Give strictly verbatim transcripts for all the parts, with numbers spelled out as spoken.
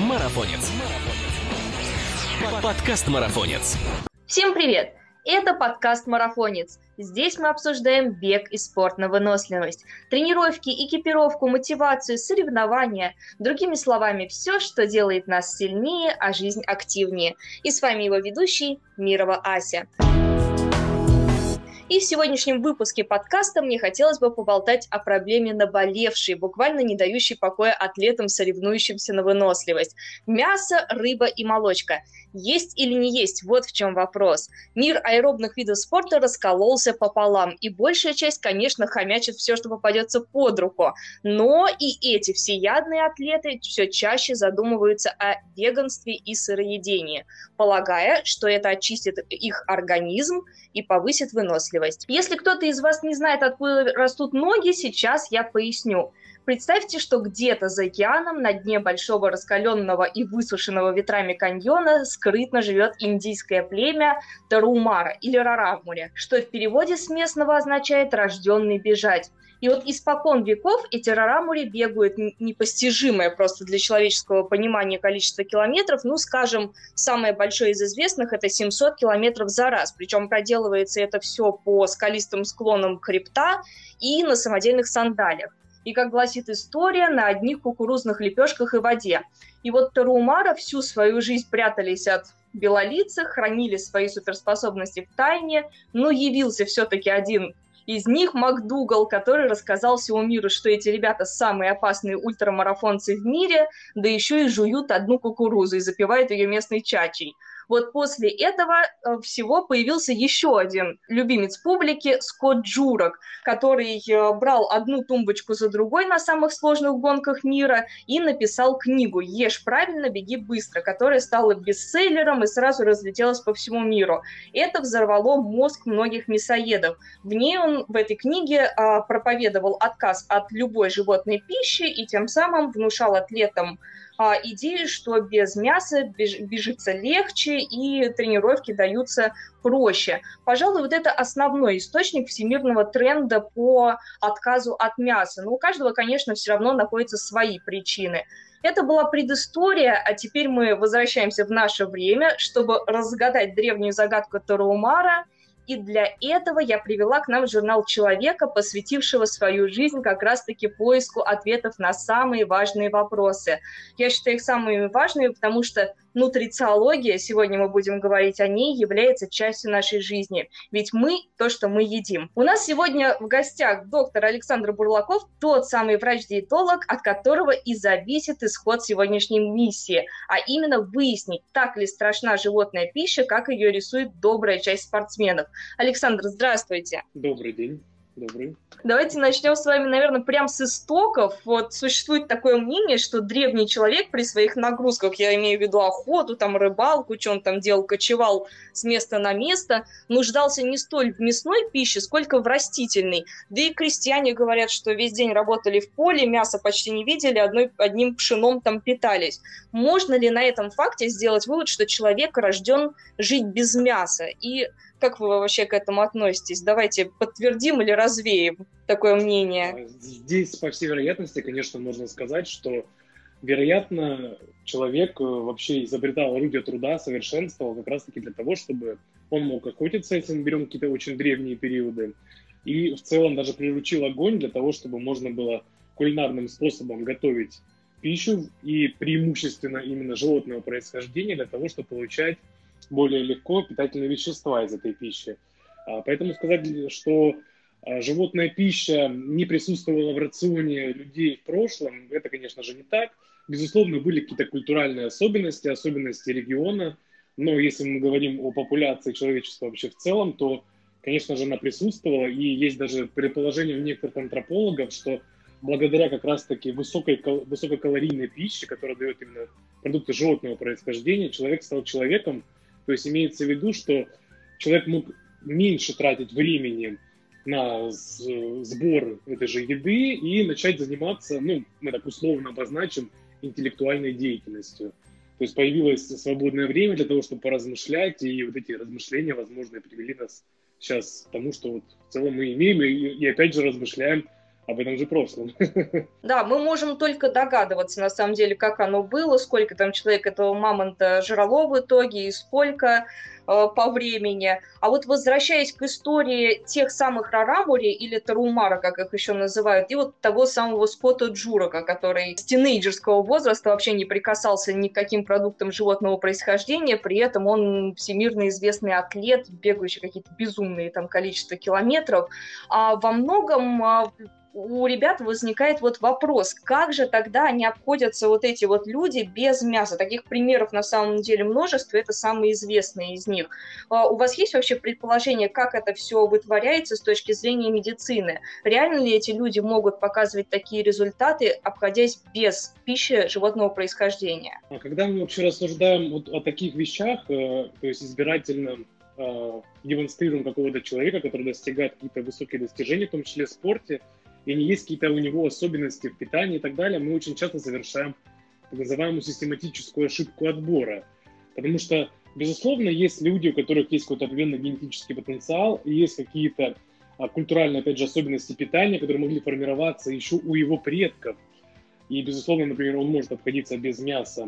Марафонец. Подкаст «Марафонец». Всем привет! Это подкаст «Марафонец». Здесь мы обсуждаем бег и спорт на выносливость, тренировки, экипировку, мотивацию, соревнования. Другими словами, все, что делает нас сильнее, а жизнь активнее. И с вами его ведущий Мирова Ася. И в сегодняшнем выпуске подкаста мне хотелось бы поболтать о проблеме наболевшей, буквально не дающей покоя атлетам, соревнующимся на выносливость. Мясо, рыба и молочка. Есть или не есть? Вот в чем вопрос. Мир аэробных видов спорта раскололся пополам, и большая часть, конечно, хомячит все, что попадется под руку. Но и эти всеядные атлеты все чаще задумываются о веганстве и сыроедении, полагая, что это очистит их организм и повысит выносливость. Если кто-то из вас не знает, откуда растут ноги, сейчас я поясню. Представьте, что где-то за океаном на дне большого раскаленного и высушенного ветрами каньона скрытно живет индийское племя Тарумара или Рарамури, что в переводе с местного означает «рожденный бежать». И вот испокон веков эти рарамури бегают непостижимое просто для человеческого понимания количество километров. Ну, скажем, самое большое из известных – это семьсот километров за раз. Причем проделывается это все по скалистым склонам хребта и на самодельных сандалиях. И, как гласит история, на одних кукурузных лепешках и воде. И вот тарумара всю свою жизнь прятались от белолицых, хранили свои суперспособности в тайне, но явился все-таки один из них МакДугал, который рассказал всему миру, что эти ребята самые опасные ультрамарафонцы в мире, да еще и жуют одну кукурузу и запивают ее местной чачей. Вот после этого всего появился еще один любимец публики, Скотт Джурак, который брал одну тумбочку за другой на самых сложных гонках мира и написал книгу «Ешь правильно, беги быстро», которая стала бестселлером и сразу разлетелась по всему миру. Это взорвало мозг многих мясоедов. В ней он, в этой книге, проповедовал отказ от любой животной пищи и тем самым внушал атлетам идею, что без мяса бежится легче и тренировки даются проще. Пожалуй, вот это основной источник всемирного тренда по отказу от мяса. Но у каждого, конечно, все равно находятся свои причины. Это была предыстория, а теперь мы возвращаемся в наше время, чтобы разгадать древнюю загадку Тарумара. И для этого я привела к нам журнал человека, посвятившего свою жизнь как раз-таки поиску ответов на самые важные вопросы. Я считаю их самыми важными, потому что нутрициология, сегодня мы будем говорить о ней, является частью нашей жизни. Ведь мы – то, что мы едим. У нас сегодня в гостях доктор Александр Бурлаков, тот самый врач-диетолог, от которого и зависит исход сегодняшней миссии, а именно выяснить, так ли страшна животная пища, как ее рисует добрая часть спортсменов. Александр, здравствуйте. Добрый день. Добрый. Давайте начнем с вами, наверное, прямо с истоков. Вот существует такое мнение, что древний человек при своих нагрузках, я имею в виду охоту, там, рыбалку, что он там делал, кочевал с места на место, нуждался не столь в мясной пище, сколько в растительной. Да и крестьяне говорят, что весь день работали в поле, мясо почти не видели, одной, одним пшеном там питались. Можно ли на этом факте сделать вывод, что человек рожден жить без мяса? И как вы вообще к этому относитесь? Давайте подтвердим или развеем такое мнение. Здесь, по всей вероятности, конечно, можно сказать, что, вероятно, человек вообще изобретал орудие труда, совершенствовал как раз-таки для того, чтобы он мог охотиться, если мы берем какие-то очень древние периоды, и в целом даже приручил огонь для того, чтобы можно было кулинарным способом готовить пищу, и преимущественно именно животного происхождения, для того, чтобы получать более легко питательные вещества из этой пищи. Поэтому сказать, что животная пища не присутствовала в рационе людей в прошлом, это, конечно же, не так. Безусловно, были какие-то культуральные особенности, особенности региона, но если мы говорим о популяции человечества вообще в целом, то, конечно же, она присутствовала, и есть даже предположение у некоторых антропологов, что благодаря как раз-таки высокой, высококалорийной пище, которая дает именно продукты животного происхождения, человек стал человеком. То есть имеется в виду, что человек мог меньше тратить времени на сбор этой же еды и начать заниматься, ну, мы так условно обозначим, интеллектуальной деятельностью. То есть появилось свободное время для того, чтобы поразмышлять, и вот эти размышления, возможно, привели нас сейчас к тому, что вот в целом мы имеем, и, и опять же размышляем об этом же прошлом. Да, мы можем только догадываться, на самом деле, как оно было, сколько там человек этого мамонта жрало в итоге и сколько э, по времени. А вот возвращаясь к истории тех самых рарамури, или тарумара, как их еще называют, и вот того самого Скотта Джурака, который с тинейджерского возраста вообще не прикасался ни к каким продуктам животного происхождения, при этом он всемирно известный атлет, бегающий какие-то безумные там количество километров. А во многом а, у ребят возникает вот вопрос, как же тогда они обходятся, вот эти вот люди, без мяса? Таких примеров на самом деле множество, это самые известные из них. У вас есть вообще предположение, как это все вытворяется с точки зрения медицины? Реально ли эти люди могут показывать такие результаты, обходясь без пищи животного происхождения? А когда мы вообще рассуждаем вот о таких вещах, э, то есть избирательно э, демонстрируем какого-то человека, который достигает какие-то высокие достижения, в том числе в спорте, и не есть какие-то у него особенности в питании и так далее, мы очень часто совершаем так называемую систематическую ошибку отбора. Потому что, безусловно, есть люди, у которых есть какой-то определенный генетический потенциал, и есть какие-то а, культуральные, опять же, особенности питания, которые могли формироваться еще у его предков. И, безусловно, например, он может обходиться без мяса.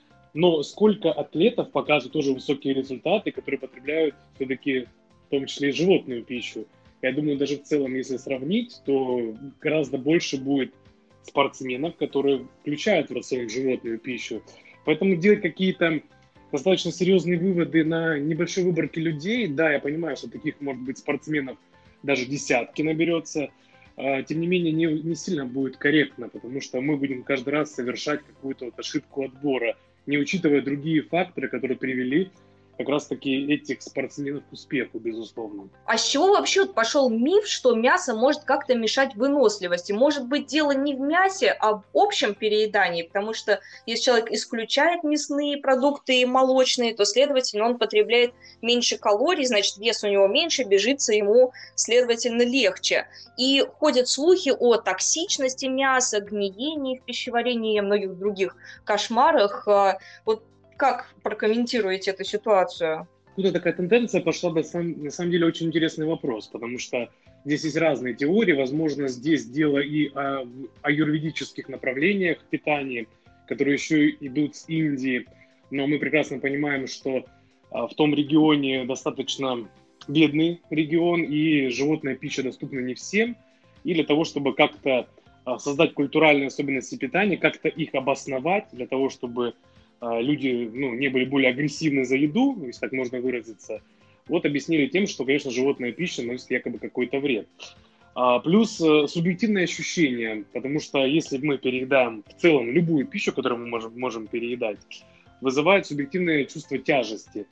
Но сколько атлетов показывают тоже высокие результаты, которые потребляют все-таки в том числе и животную пищу. Я думаю, даже в целом, если сравнить, то гораздо больше будет спортсменов, которые включают в рацион животную пищу. Поэтому делать какие-то достаточно серьезные выводы на небольшой выборке людей, да, я понимаю, что таких, может быть, спортсменов даже десятки наберется, тем не менее, не, не сильно будет корректно, потому что мы будем каждый раз совершать какую-то вот ошибку отбора, не учитывая другие факторы, которые привели как раз-таки этих спортсменов к успеху, безусловно. А с чего вообще пошел миф, что мясо может как-то мешать выносливости? Может быть, дело не в мясе, а в общем переедании, потому что если человек исключает мясные продукты и молочные, то, следовательно, он потребляет меньше калорий, значит, вес у него меньше, бежится ему, следовательно, легче. И ходят слухи о токсичности мяса, гниении в пищеварении и многих других кошмарах. Вот как прокомментируете эту ситуацию? Откуда такая тенденция пошла, на самом, на самом деле очень интересный вопрос, потому что здесь есть разные теории, возможно, здесь дело и о аюрведических направлениях питания, которые еще идут с Индии, но мы прекрасно понимаем, что в том регионе достаточно бедный регион, и животная пища доступна не всем, и для того, чтобы как-то создать культуральные особенности питания, как-то их обосновать, для того, чтобы люди ну, не были более агрессивны за еду, если так можно выразиться, вот объяснили тем, что, конечно, животная пища наносит якобы какой-то вред. А, плюс а, субъективное ощущение, потому что если мы переедаем в целом любую пищу, которую мы можем, можем переедать, вызывает субъективное чувство тяжести.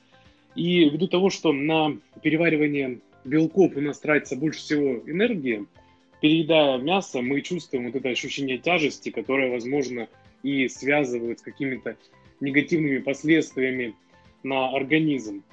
И ввиду того, что на переваривание белков у нас тратится больше всего энергии, переедая мясо, мы чувствуем вот это ощущение тяжести, которое, возможно, и связывают с какими-то негативными последствиями на организм.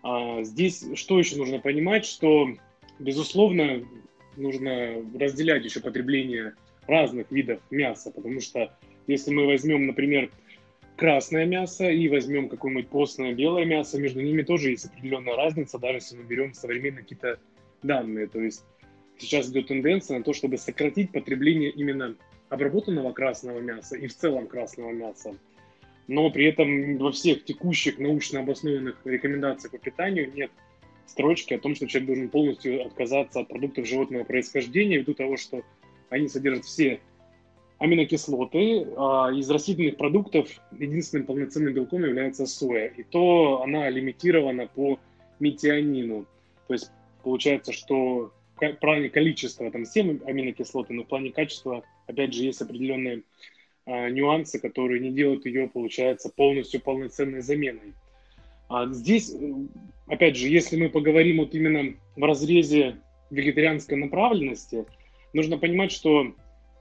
А здесь что еще нужно понимать, что, безусловно, нужно разделять еще потребление разных видов мяса, потому что если мы возьмем, например, красное мясо и возьмем какое-нибудь постное белое мясо, между ними тоже есть определенная разница, даже если мы берем современные какие-то данные. То есть сейчас идет тенденция на то, чтобы сократить потребление именно обработанного красного мяса и в целом красного мяса. Но при этом во всех текущих научно обоснованных рекомендациях по питанию нет строчки о том, что человек должен полностью отказаться от продуктов животного происхождения, ввиду того, что они содержат все аминокислоты. А из растительных продуктов единственным полноценным белком является соя. И то она лимитирована по метионину. То есть получается, что в плане количества там семь аминокислоты, но в плане качества, опять же, есть определенные нюансы, которые не делают ее, получается, полностью полноценной заменой. А здесь, опять же, если мы поговорим вот именно в разрезе вегетарианской направленности, нужно понимать, что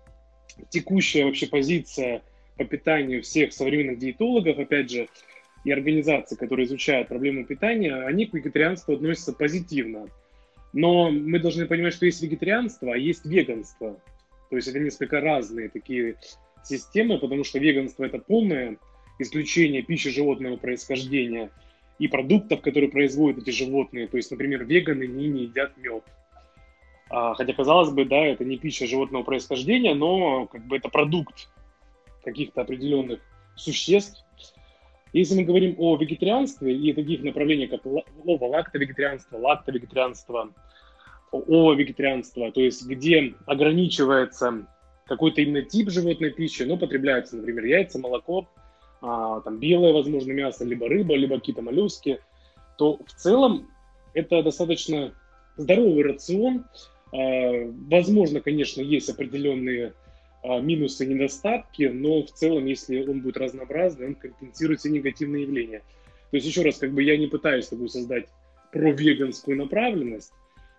текущая вообще позиция по питанию всех современных диетологов, опять же, и организаций, которые изучают проблему питания, они к вегетарианству относятся позитивно. Но мы должны понимать, что есть вегетарианство, а есть веганство. То есть это несколько разные такие системы, потому что веганство – это полное исключение пищи животного происхождения и продуктов, которые производят эти животные. То есть, например, веганы не, не едят мед. А, хотя, казалось бы, да, это не пища животного происхождения, но как бы это продукт каких-то определенных существ. Если мы говорим о вегетарианстве и таких направлениях, как ovo-лакто-вегетарианство, лакто-вегетарианство, ovo-вегетарианство, то есть где ограничивается какой-то именно тип животной пищи, но потребляются, например, яйца, молоко, а, там белое, возможно, мясо, либо рыба, либо какие-то моллюски, то в целом это достаточно здоровый рацион. А, возможно, конечно, есть определенные а, минусы, недостатки, но в целом, если он будет разнообразный, он компенсирует все негативные явления. То есть, еще раз, как бы я не пытаюсь такую создать провеганскую направленность,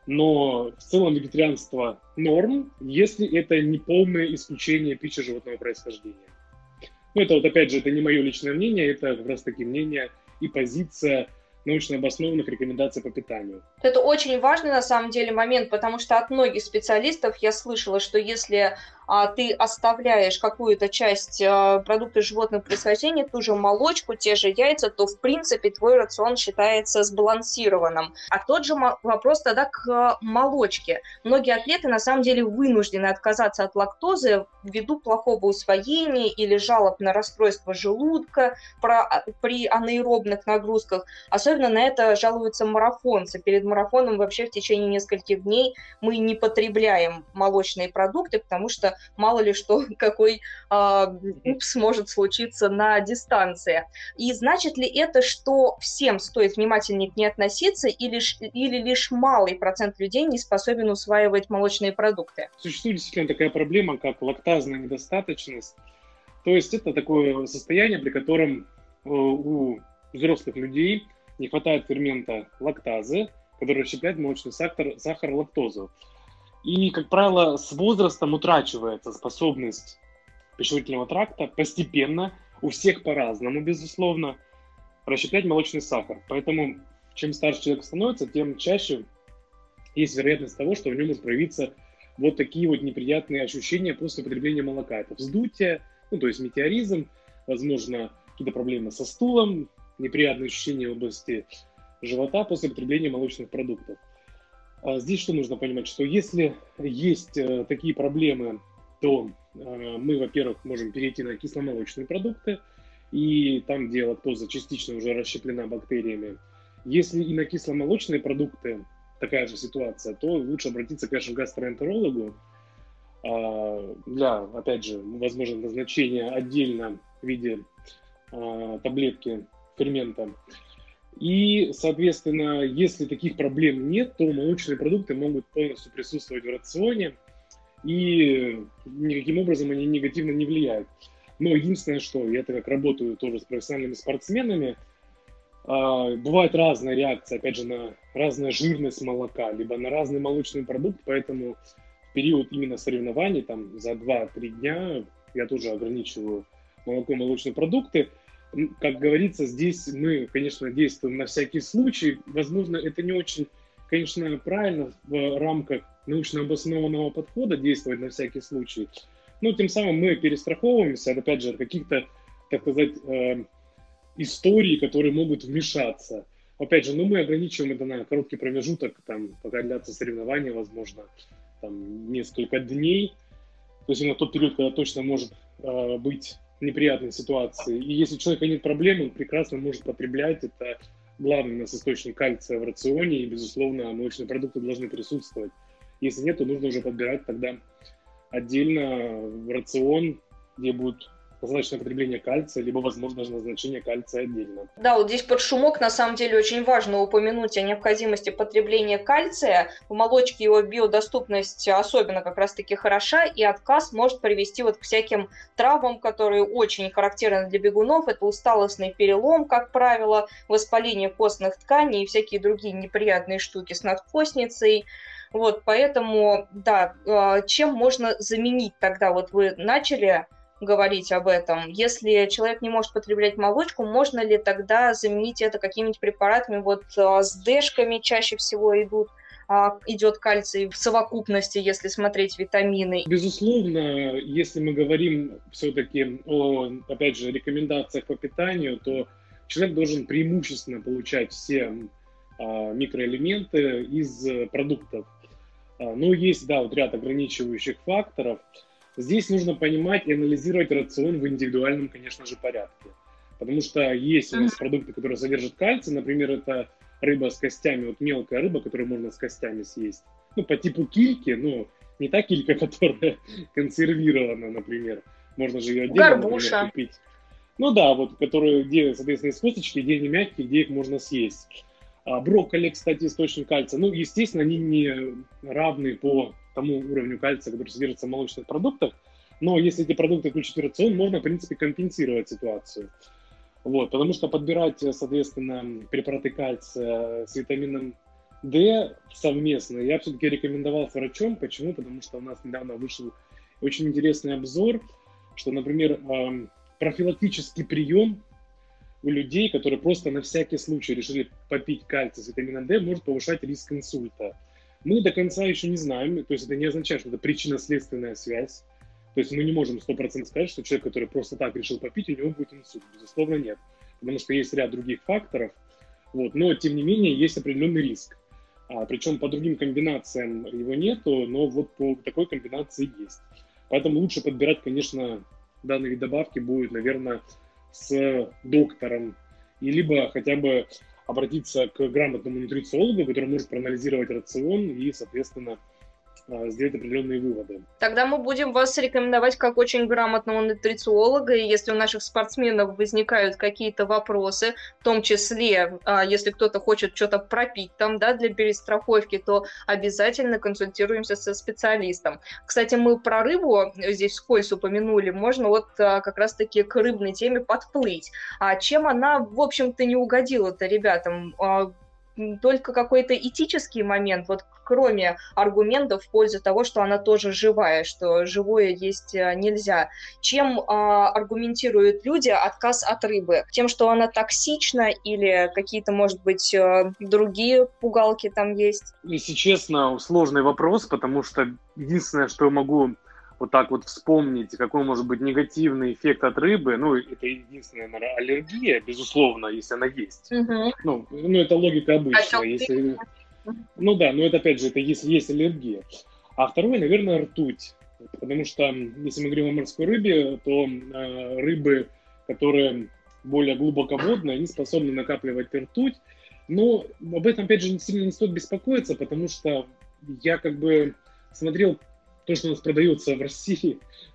но в целом вегетарианство норм, если это не полное исключение пищи животного происхождения. Ну, это вот опять же, это не мое личное мнение, это как раз таки мнение и позиция научно обоснованных рекомендаций по питанию. Это очень важный на самом деле момент, потому что от многих специалистов я слышала, что если а, ты оставляешь какую-то часть а, продуктов животного происхождения, ту же молочку, те же яйца, то в принципе твой рацион считается сбалансированным. А тот же мо- вопрос тогда к а, молочке. Многие атлеты на самом деле вынуждены отказаться от лактозы ввиду плохого усвоения или жалоб на расстройство желудка про, при анаэробных нагрузках. Особенно на это жалуются марафонцы. Перед марафоном вообще в течение нескольких дней мы не потребляем молочные продукты, потому что мало ли что, какой э, упс может случиться на дистанции. И значит ли это, что всем стоит внимательнее к ней относиться, или, или лишь малый процент людей не способен усваивать молочные продукты? Существует действительно такая проблема, как лактазная недостаточность. То есть это такое состояние, при котором у взрослых людей не хватает фермента лактазы, который расщепляет молочный сахар, сахар лактозу. И, как правило, с возрастом утрачивается способность пищеварительного тракта постепенно, у всех по-разному, безусловно, расщеплять молочный сахар. Поэтому, чем старше человек становится, тем чаще есть вероятность того, что у него может проявиться вот такие вот неприятные ощущения после употребления молока. Это вздутие, ну, то есть метеоризм, возможно, какие-то проблемы со стулом, неприятные ощущения в области живота после употребления молочных продуктов. Здесь что нужно понимать, что если есть такие проблемы, то мы, во-первых, можем перейти на кисломолочные продукты, и там, где лактоза частично уже расщеплена бактериями. Если и на кисломолочные продукты такая же ситуация, то лучше обратиться, конечно, к гастроэнтерологу для, опять же, возможно, назначения отдельно в виде таблетки фермента. И, соответственно, если таких проблем нет, то молочные продукты могут полностью присутствовать в рационе, и никаким образом они негативно не влияют. Но единственное, что я так как работаю тоже с профессиональными спортсменами, бывает разная реакция, опять же, на разную жирность молока, либо на разный молочный продукт, поэтому в период именно соревнований, там, за два-три дня я тоже ограничиваю молоко и молочные продукты. Как говорится, здесь мы, конечно, действуем на всякий случай. Возможно, это не очень, конечно, правильно в рамках научно обоснованного подхода действовать на всякий случай. Но тем самым мы перестраховываемся, опять же, от каких-то, так сказать, э, историй, которые могут вмешаться. Опять же, ну, мы ограничиваем это на короткий промежуток, там, пока длятся соревнования, возможно, там, несколько дней. То есть на тот период, когда точно может э, быть неприятной ситуации. И если у человека нет проблем, он прекрасно может потреблять. Это главный у нас источник кальция в рационе, и, безусловно, молочные продукты должны присутствовать. Если нет, то нужно уже подбирать тогда отдельно в рацион, где будет достаточное потребление кальция, либо, возможно, даже назначение кальция отдельно. Да, вот здесь под шумок, на самом деле, очень важно упомянуть о необходимости потребления кальция. В молочке его биодоступность особенно как раз-таки хороша, и отказ может привести вот к всяким травмам, которые очень характерны для бегунов. Это усталостный перелом, как правило, воспаление костных тканей и всякие другие неприятные штуки с надкостницей. Вот, поэтому, да, чем можно заменить тогда, вот вы начали говорить об этом. Если человек не может потреблять молочку, можно ли тогда заменить это какими-нибудь препаратами? Вот с дэшками чаще всего идут, идет кальций в совокупности, если смотреть витамины. Безусловно, если мы говорим все-таки о, опять же, рекомендациях по питанию, то человек должен преимущественно получать все а, микроэлементы из продуктов. Но есть, да, вот ряд ограничивающих факторов. Здесь нужно понимать и анализировать рацион в индивидуальном, конечно же, порядке. Потому что есть у нас продукты, которые содержат кальций, например, это рыба с костями, вот мелкая рыба, которую можно с костями съесть. Ну, по типу кильки, но не та килька, которая консервирована, например. Можно же ее отдельно, Горбуша. например, купить. Ну да, вот, которые, где, соответственно, из косточки, где они мягкие, где их можно съесть. А брокколи, кстати, источник кальция. Ну, естественно, они не равны по тому уровню кальция, который содержится в молочных продуктах. Но если эти продукты включить в рацион, можно, в принципе, компенсировать ситуацию. Вот, потому что подбирать, соответственно, препараты кальция с витамином D совместно я все-таки рекомендовал с врачом. Почему? Потому что у нас недавно вышел очень интересный обзор, что, например, профилактический прием у людей, которые просто на всякий случай решили попить кальций с витамином D, может повышать риск инсульта. Мы до конца еще не знаем, то есть это не означает, что это причинно-следственная связь. То есть мы не можем сто процентов сказать, что человек, который просто так решил попить, у него будет инсульт. Безусловно, нет. Потому что есть ряд других факторов. Вот. Но, тем не менее, есть определенный риск. А, причем по другим комбинациям его нету, но вот по такой комбинации есть. Поэтому лучше подбирать, конечно, данный вид добавки будет, наверное, с доктором. И либо хотя бы обратиться к грамотному нутрициологу, который может проанализировать рацион и, соответственно, сделать определенные выводы. Тогда мы будем вас рекомендовать как очень грамотного нутрициолога, и если у наших спортсменов возникают какие-то вопросы, в том числе, если кто-то хочет что-то пропить там, да, для перестраховки, то обязательно консультируемся со специалистом. Кстати, мы про рыбу здесь вскользь упомянули, можно вот как раз-таки к рыбной теме подплыть. А чем она, в общем-то, не угодила-то ребятам? Только какой-то этический момент, вот кроме аргументов в пользу того, что она тоже живая, что живое есть нельзя. Чем а, аргументируют люди отказ от рыбы? Тем, что она токсична или какие-то, может быть, другие пугалки там есть? Если честно, сложный вопрос, потому что единственное, что я могу вот так вот вспомнить, какой может быть негативный эффект от рыбы, ну, это единственная, наверное, аллергия, безусловно, если она есть. Угу. Ну, ну, это логика обычная. Если... Ну да, но это опять же, это если есть аллергия. А второе, наверное, ртуть. Потому что, если мы говорим о морской рыбе, то э, рыбы, которые более глубоководные, они способны накапливать ртуть. Но об этом, опять же, сильно не стоит беспокоиться, потому что я как бы смотрел то, что у нас продается в России,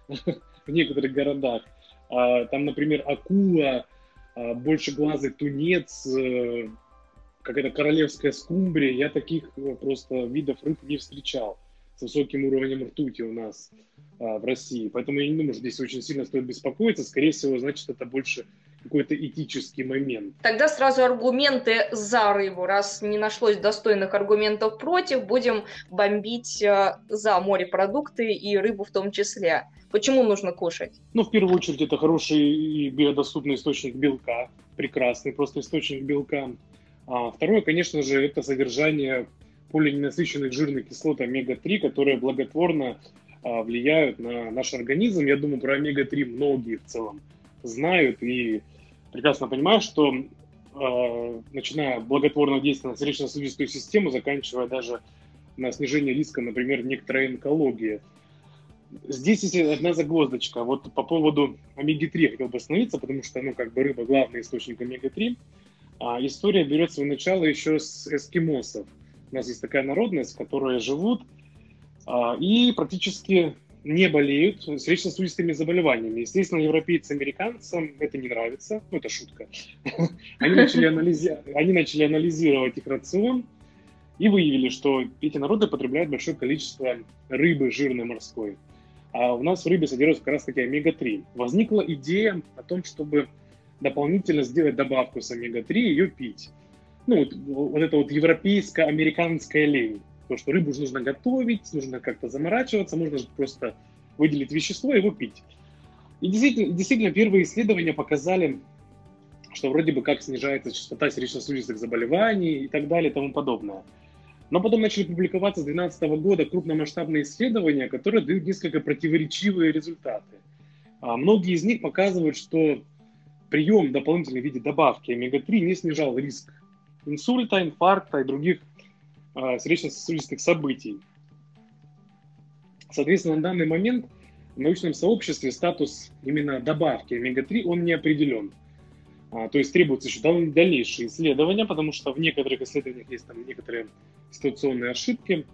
в некоторых городах. Там, например, акула, большеглазый тунец, какая-то королевская скумбрия. Я таких просто видов рыб не встречал с высоким уровнем ртути у нас в России. Поэтому я не думаю, что здесь очень сильно стоит беспокоиться. Скорее всего, значит, это больше какой-то этический момент. Тогда сразу аргументы за рыбу. Раз не нашлось достойных аргументов против, будем бомбить за морепродукты и рыбу в том числе. Почему нужно кушать? Ну, в первую очередь, это хороший и биодоступный источник белка. Прекрасный просто источник белка. А второе, конечно же, это содержание полиненасыщенных жирных кислот омега три, которые благотворно а, влияют на наш организм. Я думаю, про омега три многие в целом знают и прекрасно понимают, что э, начиная благотворно действовать на сердечно-сосудистую систему, заканчивая даже на снижение риска, например, некоторой онкологии. Здесь есть одна загвоздочка. Вот по поводу омега три я хотел бы остановиться, потому что, ну, как бы рыба главный источник омега три. А история берет свое начало еще с эскимосов. У нас есть такая народность, которые живут а, и практически не болеют сердечно-сосудистыми заболеваниями. Естественно, европейцам, американцам это не нравится. Ну, это шутка. Они начали, анализи... Они начали анализировать их рацион и выявили, что эти народы потребляют большое количество рыбы жирной морской. А у нас в рыбе содержится как раз таки омега три. Возникла идея о том, чтобы дополнительно сделать добавку с омега три и ее пить. Ну, вот, вот это вот европейско-американская лень. То, что рыбу же нужно готовить, нужно как-то заморачиваться, можно же просто выделить вещество и его пить. И действительно, действительно, первые исследования показали, что вроде бы как снижается частота сердечно-сосудистых заболеваний и так далее и тому подобное. Но потом начали публиковаться с две тысячи двенадцатого года крупномасштабные исследования, которые дают несколько противоречивые результаты. А многие из них показывают, что прием дополнительной в виде добавки омега три не снижал риск инсульта, инфаркта и других сердечно-сосудистых событий. Соответственно, на данный момент в научном сообществе статус именно добавки омега три, он не определен. А, то есть требуется еще дал- дальнейшие исследования, потому что в некоторых исследованиях есть там некоторые ситуационные ошибки.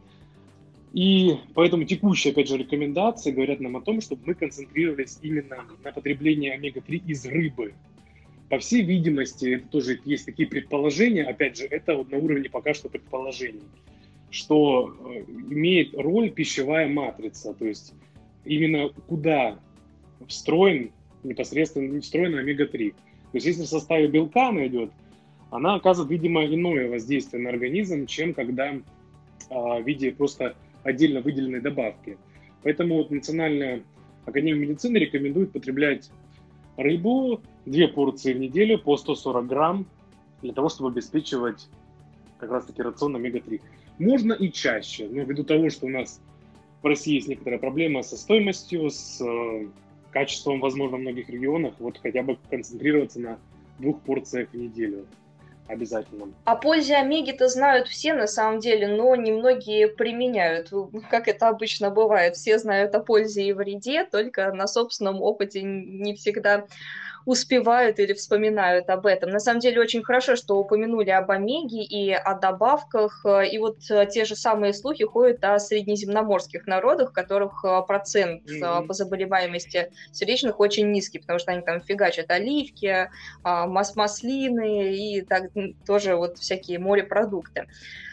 И поэтому текущие, опять же, рекомендации говорят нам о том, чтобы мы концентрировались именно на потреблении омега три из рыбы. По всей видимости, это тоже есть такие предположения, опять же, это вот на уровне пока что предположений, что э, имеет роль пищевая матрица, то есть именно куда встроен непосредственно встроена омега три. То есть если в составе белка она идет, она оказывает, видимо, иное воздействие на организм, чем когда а, в виде просто отдельно выделенной добавки. Поэтому вот Национальная академия медицины рекомендует потреблять рыбу две порции в неделю по сто сорок грамм для того, чтобы обеспечивать как раз-таки рацион омега три. Можно и чаще, но ввиду того, что у нас в России есть некоторая проблема со стоимостью, с э, качеством, возможно, в многих регионах, вот хотя бы концентрироваться на двух порциях в неделю обязательно. О пользе омеги-то знают все на самом деле, но немногие применяют. Как это обычно бывает, все знают о пользе и вреде, только на собственном опыте не всегда успевают или вспоминают об этом. На самом деле очень хорошо, что упомянули об омеге и о добавках. И вот те же самые слухи ходят о среднеземноморских народах, у которых процент mm-hmm. по заболеваемости сердечных очень низкий, потому что они там фигачат оливки, маслины и так, тоже вот всякие морепродукты.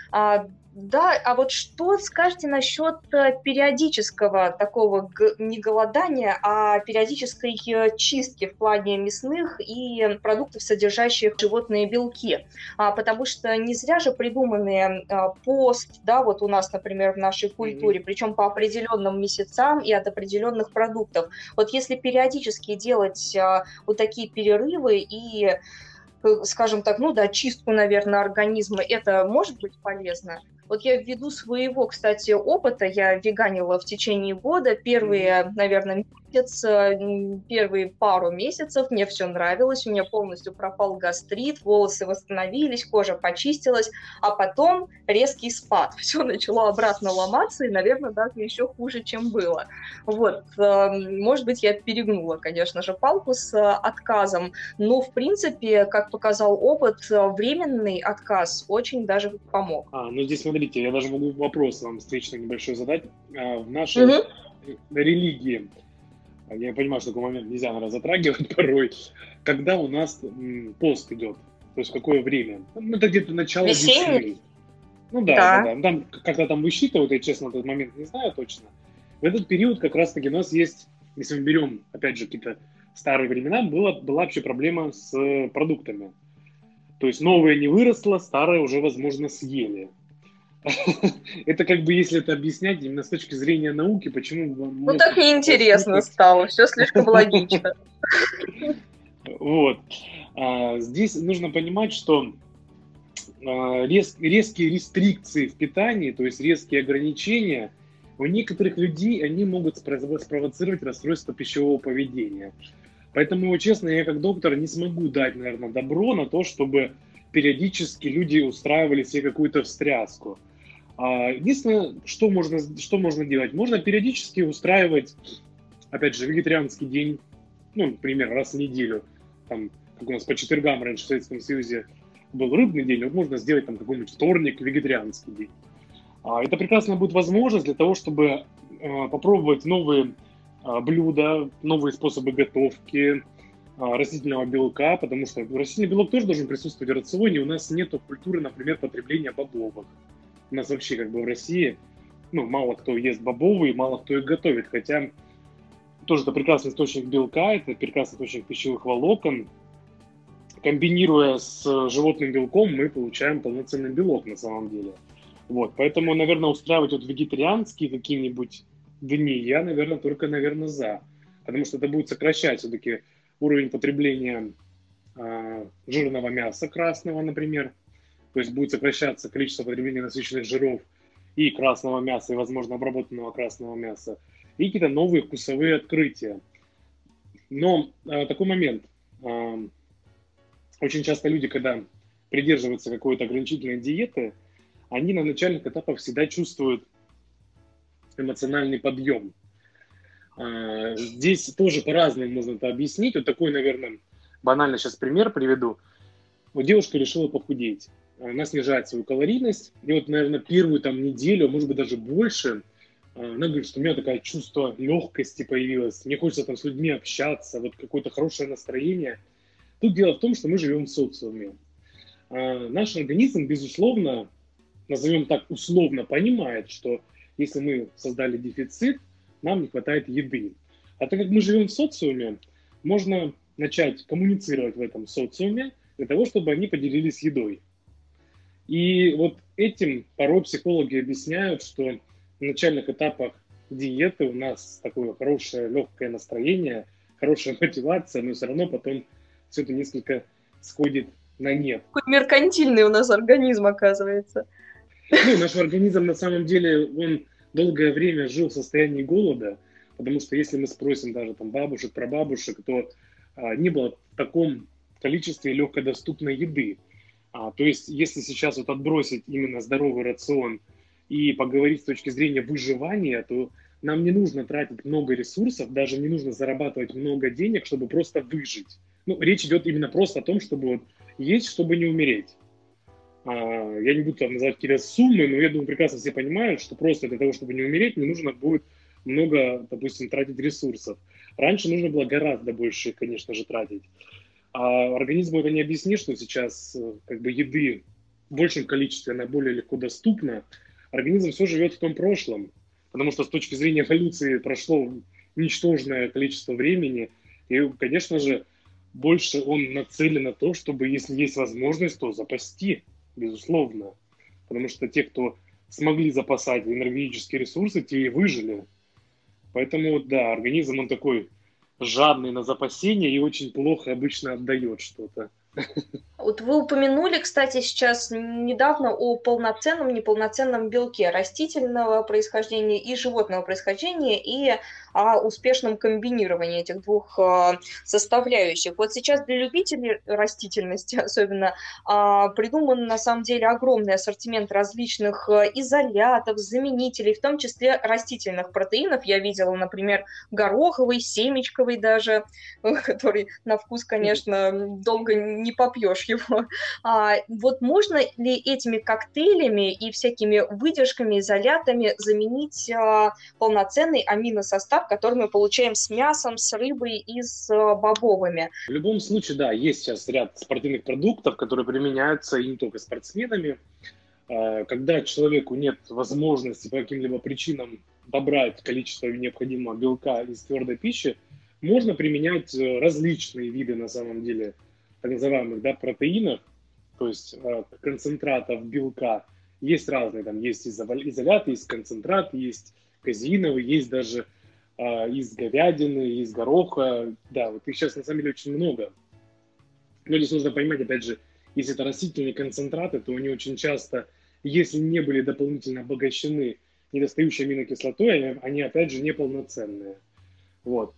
Да, а вот что скажете насчет периодического такого не голодания, а периодической чистки в плане мясных и продуктов, содержащих животные белки? А, потому что не зря же придуманы а, пост, да, вот у нас, например, в нашей культуре, mm-hmm. причем по определенным месяцам и от определенных продуктов. Вот если периодически делать а, вот такие перерывы и, скажем так, ну да, чистку, наверное, организма, это может быть полезно? Вот я ввиду своего, кстати, опыта, я веганила в течение года, первые, наверное, месяц, первые пару месяцев мне все нравилось, у меня полностью пропал гастрит, волосы восстановились, кожа почистилась, а потом резкий спад, все начало обратно ломаться и, наверное, даже еще хуже, чем было. Вот, может быть, я перегнула, конечно же, палку с отказом, но, в принципе, как показал опыт, временный отказ очень даже помог. А, ну здесь, смотрите, я даже могу вопрос вам встречный небольшой задать. В нашей угу. религии, я понимаю, что такой момент нельзя, наверное, затрагивать порой, когда у нас пост идет, то есть какое время? Ну, это где-то начало весны. Ну да, да, да. да. Там, когда там высчитывают, я, честно, этот момент не знаю точно. В этот период как раз-таки у нас есть, если мы берем, опять же, какие-то старые времена, была, была вообще проблема с продуктами. То есть новое не выросло, старое уже, возможно, съели. Это как бы, если это объяснять именно с точки зрения науки, почему... Ну так неинтересно стало, все слишком логично. Вот. Здесь нужно понимать, что резкие рестрикции в питании, то есть резкие ограничения, у некоторых людей они могут спровоцировать расстройство пищевого поведения. Поэтому, честно, я как доктор не смогу дать, наверное, добро на то, чтобы периодически люди устраивали себе какую-то встряску. Единственное, что можно, что можно делать? Можно периодически устраивать, опять же, вегетарианский день, ну, например, раз в неделю. Там, как у нас по четвергам раньше в Советском Союзе был рыбный день, вот можно сделать там какой-нибудь вторник, вегетарианский день. Это прекрасно будет возможность для того, чтобы попробовать новые блюда, новые способы готовки растительного белка, потому что растительный белок тоже должен присутствовать в рационе. У нас нет культуры, например, потребления бобовых. У нас вообще как бы в России, ну, мало кто ест бобовые, мало кто их готовит, хотя тоже это прекрасный источник белка, это прекрасный источник пищевых волокон. Комбинируя с животным белком, мы получаем полноценный белок на самом деле. Вот, поэтому, наверное, устраивать вот вегетарианские какие-нибудь дни я, наверное, только, наверное, за. Потому что это будет сокращать все-таки уровень потребления э, жирного мяса красного, например. То есть будет сокращаться количество потребления насыщенных жиров и красного мяса, и, возможно, обработанного красного мяса. И какие-то новые вкусовые открытия. Но э, такой момент. Э, очень часто люди, когда придерживаются какой-то ограничительной диеты, они на начальных этапах всегда чувствуют эмоциональный подъем. Здесь тоже по-разному можно это объяснить. Вот такой, наверное, банально сейчас пример приведу. Вот девушка решила похудеть. Она снижает свою калорийность. И вот, наверное, первую там неделю, а может быть даже больше, она говорит, что у меня такое чувство легкости появилось. Мне хочется там с людьми общаться, вот какое-то хорошее настроение. Тут дело в том, что мы живем в социуме. Наш организм, безусловно, назовем так условно, понимает, что если мы создали дефицит, нам не хватает еды. А так как мы живем в социуме, можно начать коммуницировать в этом социуме для того, чтобы они поделились едой. И вот этим порой психологи объясняют, что в начальных этапах диеты у нас такое хорошее легкое настроение, хорошая мотивация, но все равно потом все это несколько сходит на нет. Какой меркантильный у нас организм, оказывается. Ну, наш организм на самом деле, он долгое время жил в состоянии голода, потому что если мы спросим даже там бабушек, прабабушек, то а, не было в таком количестве легкодоступной еды. А, то есть, если сейчас вот отбросить именно здоровый рацион и поговорить с точки зрения выживания, то нам не нужно тратить много ресурсов, даже не нужно зарабатывать много денег, чтобы просто выжить. Ну, речь идет именно просто о том, чтобы вот есть, чтобы не умереть. Я не буду там называть какие-то суммы, но я думаю, прекрасно все понимают, что просто для того, чтобы не умереть, не нужно будет много, допустим, тратить ресурсов. Раньше нужно было гораздо больше, конечно же, тратить. А организму это не объяснишь, что сейчас как бы еды в большем количестве, она более легко доступна. Организм все живет в том прошлом, потому что с точки зрения эволюции прошло ничтожное количество времени, и, конечно же, больше он нацелен на то, чтобы, если есть возможность, то запасти. Безусловно. Потому что те, кто смогли запасать энергетические ресурсы, те и выжили. Поэтому, да, организм, он такой жадный на запасение и очень плохо обычно отдает что-то. Вот вы упомянули, кстати, сейчас недавно о полноценном, неполноценном белке растительного происхождения и животного происхождения и о успешном комбинировании этих двух составляющих. Вот сейчас для любителей растительности особенно придуман на самом деле огромный ассортимент различных изолятов, заменителей, в том числе растительных протеинов. Я видела, например, гороховый, семечковый даже, который на вкус, конечно, долго не попьешь его. А, вот можно ли этими коктейлями и всякими выдержками, изолятами заменить а, полноценный аминосостав, который мы получаем с мясом, с рыбой и с а, бобовыми? В любом случае, да, есть сейчас ряд спортивных продуктов, которые применяются и не только спортсменами. А, когда человеку нет возможности по каким-либо причинам добрать количество необходимого белка из твердой пищи, можно применять различные виды, на самом деле, так называемых, да, протеинов, то есть э, концентратов белка. Есть разные, там есть изолят, есть концентрат, есть казеиновый, есть даже э, из говядины, из гороха. Да, вот их сейчас на самом деле очень много. Но здесь нужно понимать, опять же, если это растительные концентраты, то они очень часто, если не были дополнительно обогащены недостающей аминокислотой, они, они опять же неполноценные. Вот.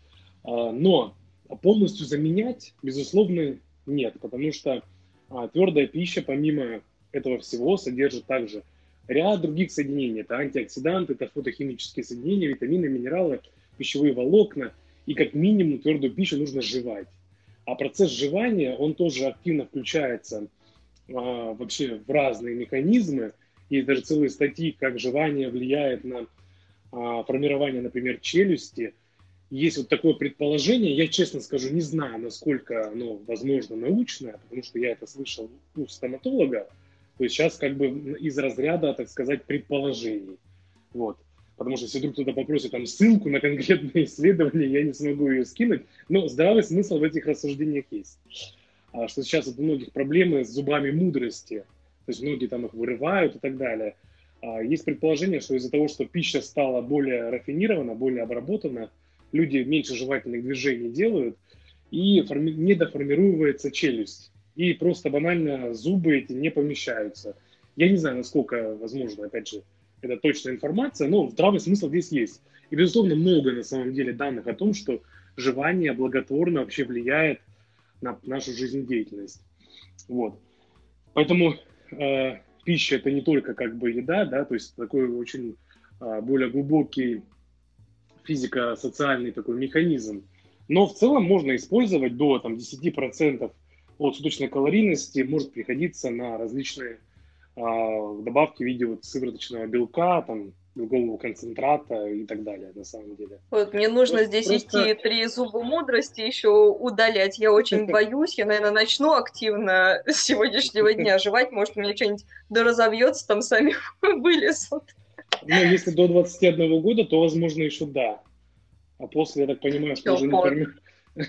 Но полностью заменять, безусловно, нет, потому что а, твердая пища, помимо этого всего, содержит также ряд других соединений. Это антиоксиданты, это фотохимические соединения, витамины, минералы, пищевые волокна. И как минимум твердую пищу нужно жевать. А процесс жевания, он тоже активно включается а, вообще в разные механизмы. Есть даже целые статьи, как жевание влияет на а, формирование, например, челюсти. Есть вот такое предположение, я честно скажу, не знаю, насколько оно возможно научное, потому что я это слышал у стоматолога, то есть сейчас как бы из разряда, так сказать, предположений. Вот. Потому что если вдруг кто-то попросит там ссылку на конкретное исследование, я не смогу ее скинуть, но здравый смысл в этих рассуждениях есть. А что сейчас вот у многих проблемы с зубами мудрости, то есть многие там их вырывают и так далее. А есть предположение, что из-за того, что пища стала более рафинирована, более обработана, люди меньше жевательных движений делают, и форми- недоформируется челюсть. И просто банально зубы эти не помещаются. Я не знаю, насколько возможно, опять же, это точная информация, но здравый смысл здесь есть. И, безусловно, много на самом деле данных о том, что жевание благотворно вообще влияет на нашу жизнедеятельность. Вот. Поэтому э, пища это не только как бы еда, да, то есть такой очень более глубокий физико-социальный такой механизм. Но в целом можно использовать до там, десять процентов от суточной калорийности, может приходиться на различные а, добавки в виде вот, сывороточного белка, там, белкового концентрата и так далее, на самом деле. Вот, мне нужно вот здесь просто... идти три зуба мудрости еще удалять. Я очень боюсь, я, наверное, начну активно с сегодняшнего дня жевать, может, у меня что-нибудь доразовьется, там сами вылезут. Ну, если до двадцати одного года, то, возможно, еще да. А после, я так понимаю, что уже не формирует.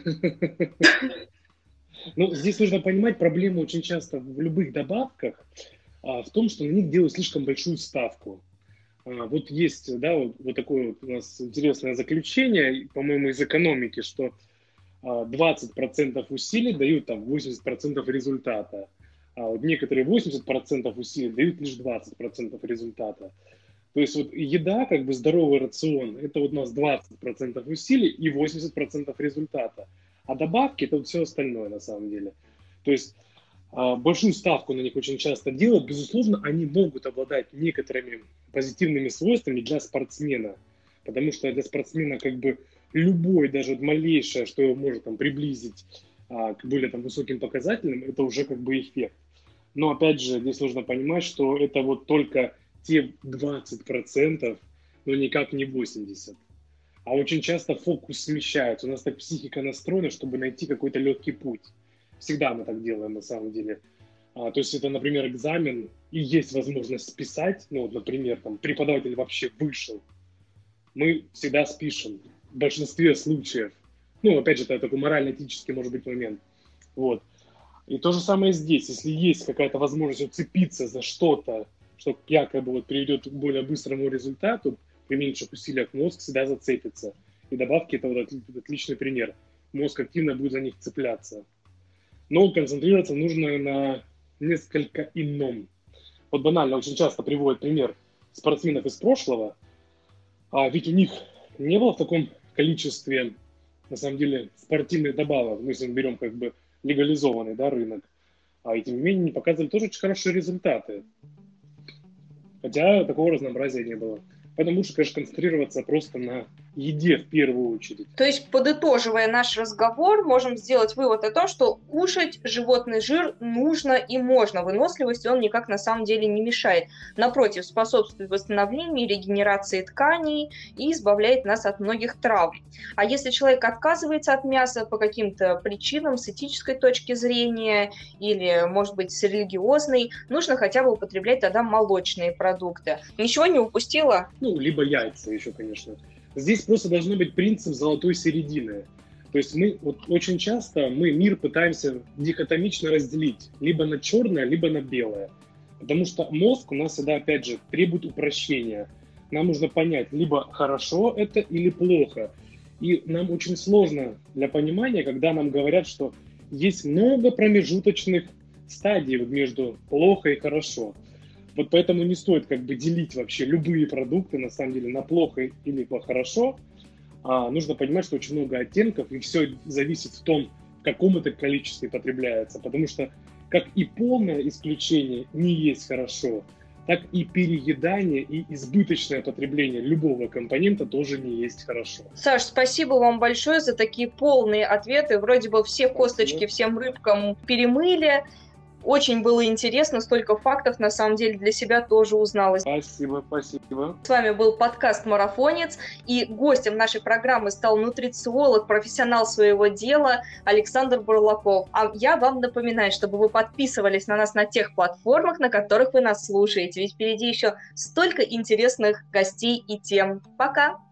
Ну, здесь нужно понимать, проблема очень часто в любых добавках а, в том, что на них делают слишком большую ставку. А, вот есть, да, вот, вот такое вот у нас интересное заключение, по-моему, из экономики, что а, двадцать процентов усилий дают там восемьдесят процентов результата. А вот некоторые восемьдесят процентов усилий дают лишь двадцать процентов результата. То есть вот еда, как бы здоровый рацион, это вот у нас двадцать процентов усилий и восемьдесят процентов результата. А добавки – это вот все остальное на самом деле. То есть э, большую ставку на них очень часто делают. Безусловно, они могут обладать некоторыми позитивными свойствами для спортсмена. Потому что для спортсмена как бы любой, даже малейшее, что его может там, приблизить э, к более там, высоким показателям, это уже как бы эффект. Но опять же, здесь нужно понимать, что это вот только те двадцать процентов, но никак не восемьдесят процентов. А очень часто фокус смещается. У нас так психика настроена, чтобы найти какой-то легкий путь. Всегда мы так делаем на самом деле. А, то есть это, например, экзамен, и есть возможность списать. Ну, вот, например, там, преподаватель вообще вышел. Мы всегда спишем. В большинстве случаев. Ну, опять же, это такой морально-этический, может быть, момент. Вот. И то же самое здесь. Если есть какая-то возможность уцепиться за что-то, что якобы вот приведет к более быстрому результату, при меньших усилиях мозг всегда зацепится. И добавки – это вот отличный пример. Мозг активно будет за них цепляться. Но концентрироваться нужно на несколько ином. Вот банально очень часто приводят пример спортсменов из прошлого, а ведь у них не было в таком количестве, на самом деле, спортивных добавок, ну, если мы берем как бы легализованный, да, рынок, а и тем не менее они показывали тоже очень хорошие результаты. Хотя такого разнообразия не было. Поэтому лучше, конечно, концентрироваться просто на еде в первую очередь. То есть, подытоживая наш разговор, можем сделать вывод о том, что кушать животный жир нужно и можно. Выносливости он никак на самом деле не мешает. Напротив, способствует восстановлению и регенерации тканей и избавляет нас от многих травм. А если человек отказывается от мяса по каким-то причинам, с этической точки зрения или, может быть, с религиозной, нужно хотя бы употреблять тогда молочные продукты. Ничего не упустила? Ну, либо яйца еще, конечно. Здесь просто должен быть принцип золотой середины. То есть мы вот очень часто мы мир пытаемся дихотомично разделить либо на черное, либо на белое. Потому что мозг у нас всегда, опять же, требует упрощения. Нам нужно понять, либо хорошо это или плохо. И нам очень сложно для понимания, когда нам говорят, что есть много промежуточных стадий вот между плохо и хорошо. Вот поэтому не стоит как бы делить вообще любые продукты, на самом деле, на плохо или хорошо. А нужно понимать, что очень много оттенков, и все зависит в том, в каком это количестве потребляется. Потому что как и полное исключение не есть хорошо, так и переедание и избыточное потребление любого компонента тоже не есть хорошо. Саш, спасибо вам большое за такие полные ответы. Вроде бы все косточки всем рыбкам перемыли. Очень было интересно, столько фактов, на самом деле, для себя тоже узнала. Спасибо, спасибо. С вами был подкаст «Марафонец», и гостем нашей программы стал нутрициолог, профессионал своего дела Александр Бурлаков. А я вам напоминаю, чтобы вы подписывались на нас на тех платформах, на которых вы нас слушаете, ведь впереди еще столько интересных гостей и тем. Пока!